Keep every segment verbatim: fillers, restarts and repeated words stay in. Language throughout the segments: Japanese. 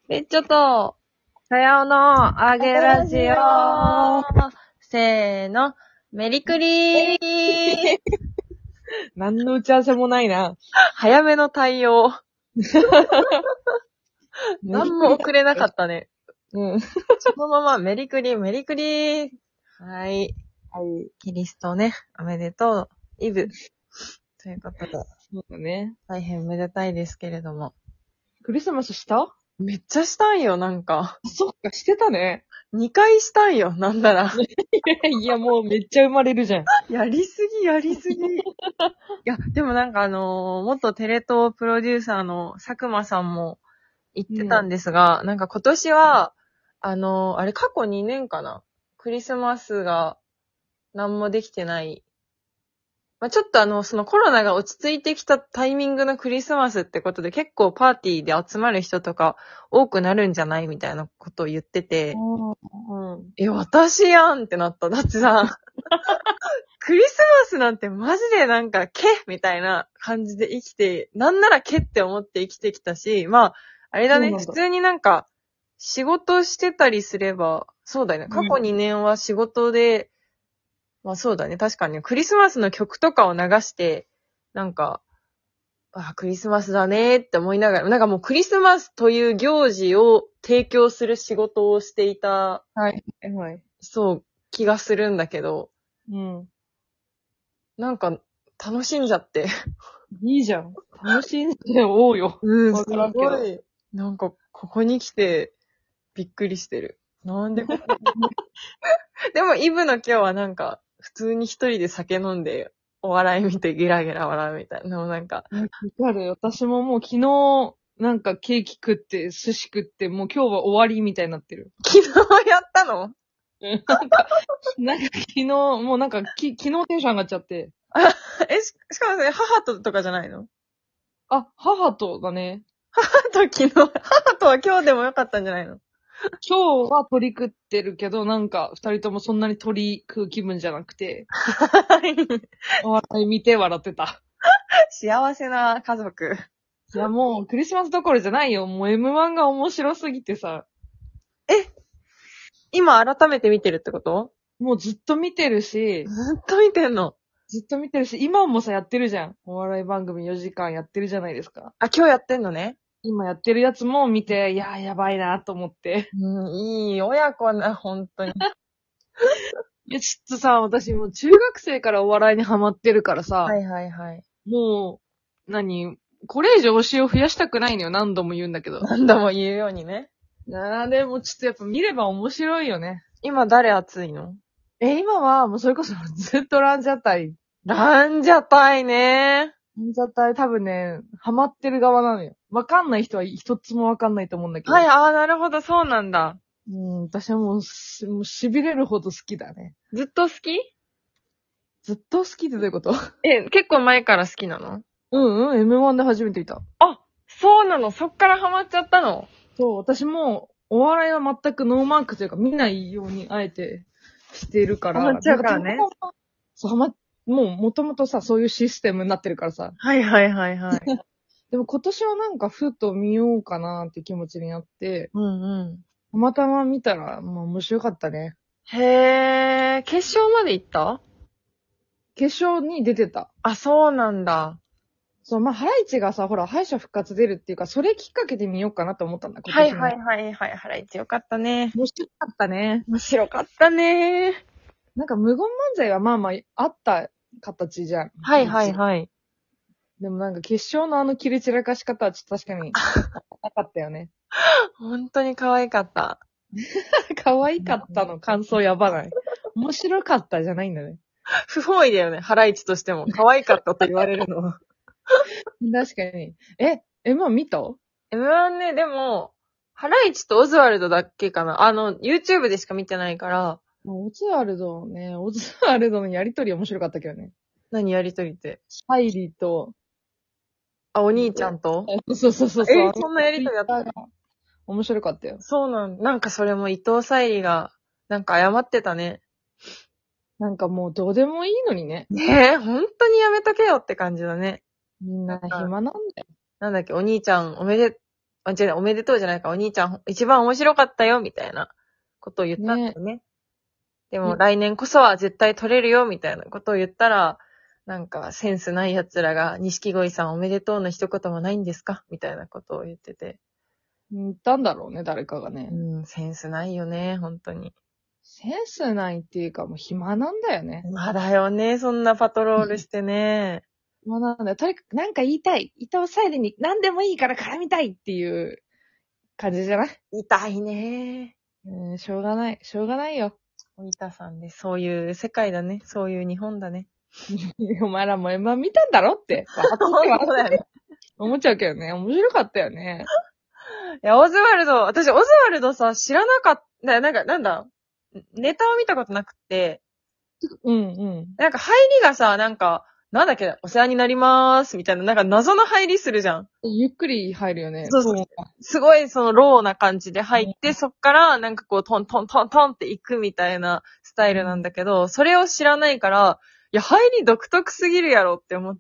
で、ちょっと、さようの、あげラジオせーの、メリクリー何の打ち合わせもないな。 早めの対応。何も遅れなかったね。 うん。 そのままメリクリ、メリクリはい。 はい。 キリストね、おめでとう、イブ。ということで、 そうだね。 大変めでたいですけれども。 クリスマスしたあ、 めっちゃしたんよ、なんか。 そっか、してたね。 にかいしたんよ、なんなら。 いや、もうめっちゃ生まれるじゃん。 やりすぎ、やりすぎ。いや、でもなんかあのー元テレ東プロデューサーの佐久間さんも言ってたんですが、なんか今年は、あのーあれ過去にねんかな、クリスマスが何もできてない。まあ、ちょっとあの、そのコロナが落ち着いてきたタイミングのクリスマスってことで結構パーティーで集まる人とか多くなるんじゃないみたいなことを言ってて、 うん。 え、私やんってなった。だってさ、クリスマスなんてマジでなんか、けみたいな感じで生きて、なんならけって思って生きてきたし、まあ、あれだね、 そうなんだ普通になんか、仕事してたりすれば、そうだよね、過去にねんは仕事で、まあそうだね、確かにクリスマスの曲とかを流して、なんか、あ、クリスマスだねって思いながら、なんかもうクリスマスという行事を提供する仕事をしていた、 はい。はい。 そう、気がするんだけど、 うん。 なんか、楽しんじゃって。 いいじゃん。楽しんでおうよ。 うん、 わすからんけど。 ごい。なんか、ここに来て、びっくりしてる。なんでここでも、イブの今日はなんか、普通に一人で酒飲んで、お笑い見てゲラゲラ笑うみたいな。でもなんか、 わかる。私ももう昨日、なんかケーキ食って、寿司食って、もう今日は終わりみたいになってる。 昨日やったのうんなんか、なんか昨日、もうなんかき、昨日テンション上がっちゃって。 え、し、しかもそれ、母ととかじゃないのあ、母とだね。 母と昨日、母とは今日でもよかったんじゃないの今日は鳥食ってるけど、なんか二人ともそんなに鳥食う気分じゃなくて、お笑い見て笑ってた。 幸せな家族。 いやもうクリスマスどころじゃないよ。もう エムワン が面白すぎてさ、 今改めて見てるってこともうずっと見てるし、 ずっと見てんの。 ずっと見てるし、今もさやってるじゃん。お笑い番組よじかんやってるじゃないですか。 あ、今日やってんのね。 今やってるやつも見て、いやーやばいなと思って。 うん、いい親子な、本当に。 いや、ちょっとさ、私もう中学生からお笑いにハマってるからさ、 はいはいはい。 もう、何これ以上推しを増やしたくないのよ。何度も言うんだけど。 何度も言うようにね。 なあ、でもちょっとやっぱ見れば面白いよね。 今誰熱いのえ、今はもうそれこそずっとランジャタイ。 ランジャタイね。 ランジャタイ多分ね、ハマってる側なのよ。わかんない人は一つもわかんないと思うんだけど。 はい、ああ、なるほど、そうなんだ。 うん、私はもうし、もう痺れるほど好きだね。 ずっと好きずっと好きってどういうことえ、結構前から好きなのうんうん、エムワン で初めて見た。 あ、そうなの、そっからハマっちゃったの。 そう、私もお笑いは全くノーマークというか見ないようにあえてしてるから。 ハマっちゃうからねなんたまたまそう、はま、もう元々さ、そういうシステムになってるからさ。 はいはいはいはい。 でも今年はなんかふと見ようかなって気持ちになって、 うんうん。 たまたま見たら、まあ面白かったね。 へー、決勝まで行った決勝に出てた。 あ、そうなんだ。 そう、まあ、ハライチがさ、ほら、敗者復活出るっていうか、それきっかけで見ようかなと思ったんだ、今年の。 はいはいはいはい。ハライチよかったね。 面白かったね。 面白かったね。 なんか無言漫才はまあまあ、あった形じゃん。 はいはいはい。 でもなんか決勝のあの切れ散らかし方はちょっと確かに、なかったよね。 本当に可愛かった。 可愛かったの感想やばない。面白かったじゃないんだね。 不本意だよね、ハライチとしても。可愛かったと言われるのは。 確かに。え、え、まあ見たエムワン ね、でも、ハライチとオズワルドだっけかな。あの、YouTube でしか見てないから、 オズワルドね、オズワルドのやりとり面白かったけどね。 何やりとりって。 ハイリーと、 あ、お兄ちゃんとそうそうそうそう。 えそんなやりとりあった面白かったよ。 そうなんなんかそれも伊藤沙莉が、なんか謝ってたね。 なんかもうどうでもいいのにね。 ねえ、本当にやめとけよって感じだね。 みんな暇なんだよ。 なんだっけ、お兄ちゃんおめで、 あ、違う、おめでとうじゃないか、お兄ちゃん一番面白かったよ、みたいなことを言ったんだよね。でも、来年こそは絶対取れるよ、みたいなことを言ったら、なんか、センスない奴らが、錦鯉さんおめでとうの一言もないんですかみたいなことを言ってて。 言ったんだろうね、誰かがね。 うん、センスないよね、本当に。 センスないっていうか、もう暇なんだよね。 まだよね、そんなパトロールしてね。 暇なんだよ。とにかくなんか言いたい。伊藤沙莉に何でもいいから絡みたいっていう感じじゃない？ 痛いね。 うん、しょうがない。しょうがないよ。 森田さんで、そういう世界だね。そういう日本だね。 お前らもエマ見たんだろって。 本当だよね。 思っちゃうけどね。面白かったよね。 いや、オズワルド、私、オズワルドさ、知らなかった、なんか、なんだ、ネタを見たことなくて、 うんうん。 なんか入りがさ、なんか、なんだっけ、お世話になりまーす、みたいな、なんか謎の入りするじゃん。 ゆっくり入るよね。 そうそう。すごいそのローな感じで入って、うん、そっからなんかこうトントントントンっていくみたいなスタイルなんだけど、うん、それを知らないから、いや、入り独特すぎるやろって思って、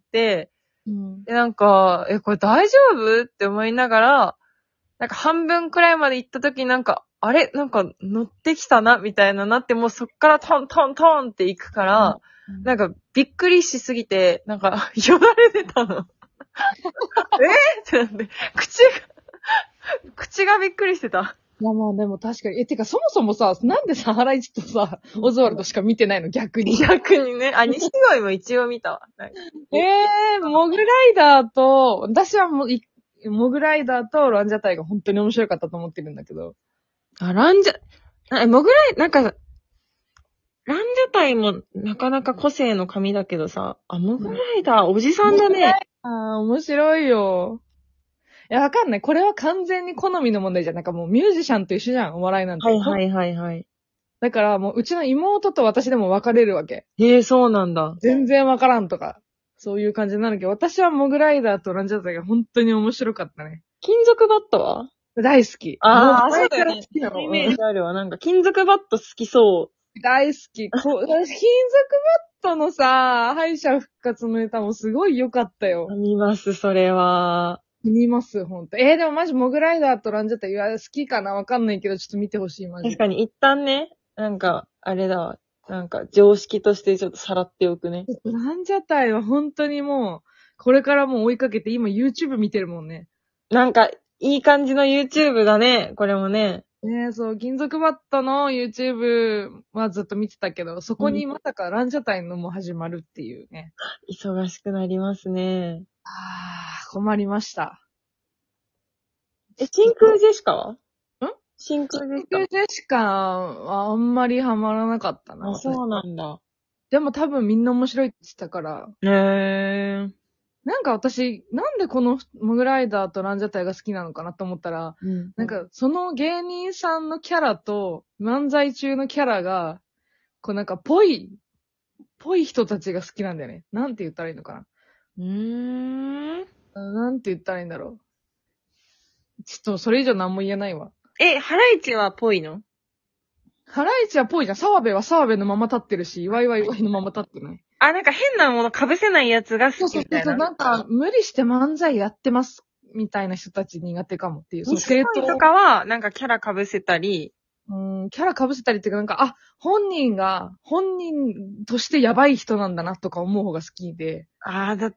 うん、で、なんか、え、これ大丈夫って思いながら、なんか半分くらいまで行った時になんか、あれなんか乗ってきたなみたいななって、もうそっからトントントンっていくから、うん、なんかびっくりしすぎて、なんかよだれ出たの。えってなって、口が、口がびっくりしてた。 いやまあでも確かに。え、てかそもそもさ、なんでさ、ハライチとさ、オズワルドしか見てないの逆に。 逆にね。あ、錦鯉も一応見たわ。 ええー、モグライダーと、私はもう、モグライダーとランジャタイが本当に面白かったと思ってるんだけど。 あ、ランジャ、え、モグライ、なんか、ランジャタイもなかなか個性の髪だけどさ、あ、モグライダー、おじさんだね。 ああ、面白いよ。いや、わかんない。これは完全に好みの問題じゃん。なんかもうミュージシャンと一緒じゃん、お笑いなんて。 はいはいはいはい。 だからもううちの妹と私でも分かれるわけ。 へえ、そうなんだ。 全然わからんとか。そういう感じになるけど、私はモグライダーとランジャタイが本当に面白かったね。 金属バットは大好き。 ああ、そうだよね。好きなの。イメージあるわ。なんか金属バット好きそう。 大好き。こ金属バットのさ、敗者復活のネタもすごい良かったよ。 見ます、それは。 見ます、ほんと。えー、でもマジモグライダーとランジャタイ、いや、好きかなわかんないけど、ちょっと見てほしい、マジ。 確かに、一旦ね、なんか、あれだわ。なんか、常識としてちょっとさらっておくね。 ランジャタイは本当にもう、これからもう追いかけて、今 YouTube 見てるもんね。 なんか、いい感じの YouTube だね、これもね。 ねえ、そう、金属バットの YouTube はずっと見てたけど、そこにまさかランジャタイのも始まるっていうね。 忙しくなりますね。 ああ、困りました。 え、真空ジェシカはん真空ジェシカ。真空ジェシカはあんまりハマらなかったな。 あ、そうなんだ。 でも多分みんな面白いって言ってたから。 へー。 なんか私、なんでこのモグライダーとランジャタイが好きなのかなと思ったら、うん、なんかその芸人さんのキャラと漫才中のキャラが、こうなんかぽい、ぽい人たちが好きなんだよね。なんて言ったらいいのかな。 うーん。 なんて言ったらいいんだろう。ちょっとそれ以上何も言えないわ。 え、ハライチはぽいの？ ハライチはぽいじゃん。澤部は澤部のまま立ってるし、ワイワイワイのまま立ってない。 あ、なんか変なもの被せないやつが好きみたいな。そうそうそう、 なんか無理して漫才やってます、みたいな人たち苦手かもっていう。 そう、生徒とかは、なんかキャラ被せたり。 うん、キャラ被せたりっていうか、なんか、あ、本人が、本人としてやばい人なんだなとか思う方が好きで。 ああ、だって、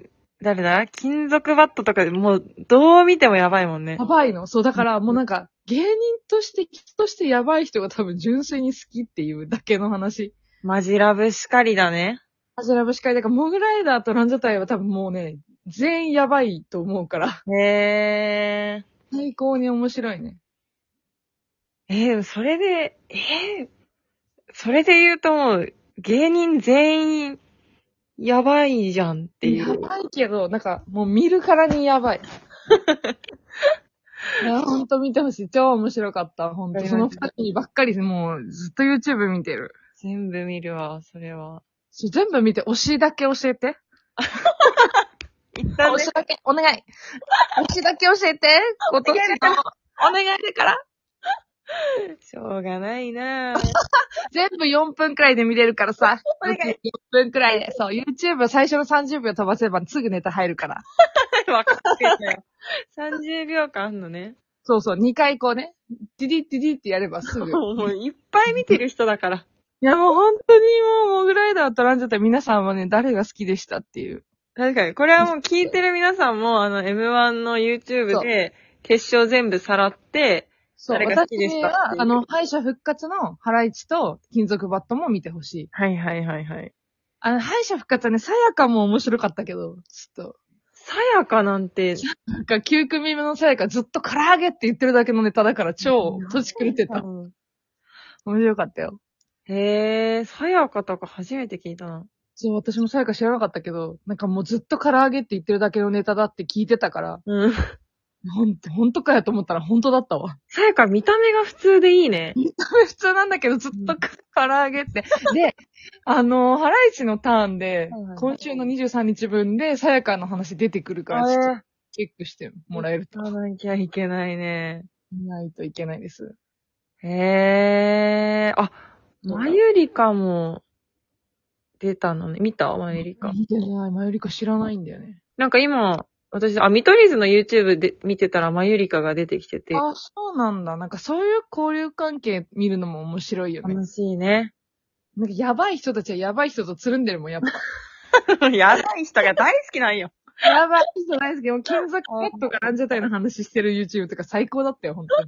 誰だ金属バットとかでもう、どう見てもやばいもんね。 やばいの。そう、だからもうなんか、芸人として、人としてやばい人が多分純粋に好きっていうだけの話。 マジラブしかりだね。 マジラブしかり。だからモグライダーとランジャタイは多分もうね、全員やばいと思うから。 へー。 最高に面白いね。 えー、それで、えー、それで言うともう、芸人全員、やばいじゃんっていう。 やばいけど、なんか、もう見るからにやばい。いや、ほんと見てほしい。超面白かった。ほんと。その二人ばっかりもう、ずっと YouTube 見てる。 全部見るわ、それは。 そう、全部見て、推しだけ教えて。 一旦ね。 推しだけ、お願い。推しだけ教えて。今年の、お願いだから。 しょうがないなぁ。 全部よんぷんくらいで見れるからさ。よんぷんくらいで。そう、YouTube 最初のさんじゅうびょう飛ばせばすぐネタ入るから。 いわかってんだよ。さんじゅうびょうかんあんのね。 そうそう、にかいこうね、ディディディディってやればすぐ。いもういっぱい見てる人だから。 やもう本当にもうモグライダーとランジャタイ皆さんはね、誰が好きでしたっていう。 確かに。これはもう聞いてる皆さんも、あの、エムワン の YouTube で、決勝全部さらって、 そう、 誰が好きでしたっていう私は、あの、敗者復活のハライチと金属バットも見てほしい。 はいはいはいはい。 あの、敗者復活はね、さやかも面白かったけど、ちょっと。 さやかなんて、 なんかきゅうくみめのさやかずっと唐揚げって言ってるだけのネタだから超、とち狂ってた。面白かったよ。 へえ、さやかとか初めて聞いたな。 そう、私もさやか知らなかったけど、なんかもうずっと唐揚げって言ってるだけのネタだって聞いてたから、 うん。 ほんと、ほんとかやと思ったらほんとだったわ。 さやか見た目が普通でいいね。 普通なんだけどずっと唐揚げって。で、あの、ハライチのターンではいはい、 今週のにじゅうさんにちぶんでさやかの話出てくるから、ちょっとれチェックしてもらえると。 行かなきゃいけないね。 見ないといけないです。 へえ、あ、マユリカも出たのね。見たマユリカ。 見てない。マユリカ知らないんだよね。 なんか今、私、あ、見取り図の YouTube で見てたらマユリカが出てきてて。 あ、そうなんだ。なんかそういう交流関係見るのも面白いよね。 楽しいね。 なんかやばい人たちはやばい人とつるんでるもん、やっぱ。 やばい人が大好きなんよ。 やばい人大好き。もう金属バットがランジャタイの話してる YouTube とか最高だったよ、本当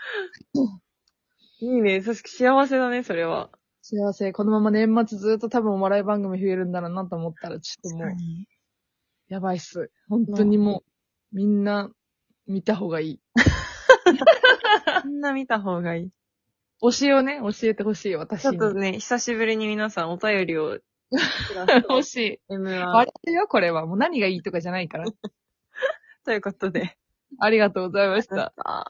に。 いいね。そして幸せだね、それは。 幸せ。このまま年末ずっと多分お笑い番組増えるんだろうなと思ったら、ちょっともう、やばいっす。本当にもう、みんな、見た方がいい。 みんな見た方がいい。 推しをね、教えてほしい、私に。 ちょっとね、久しぶりに皆さんお便りを。 欲しい。 エムワン。 あれよ、これは。もう何がいいとかじゃないから。 ということで。 ありがとうございました。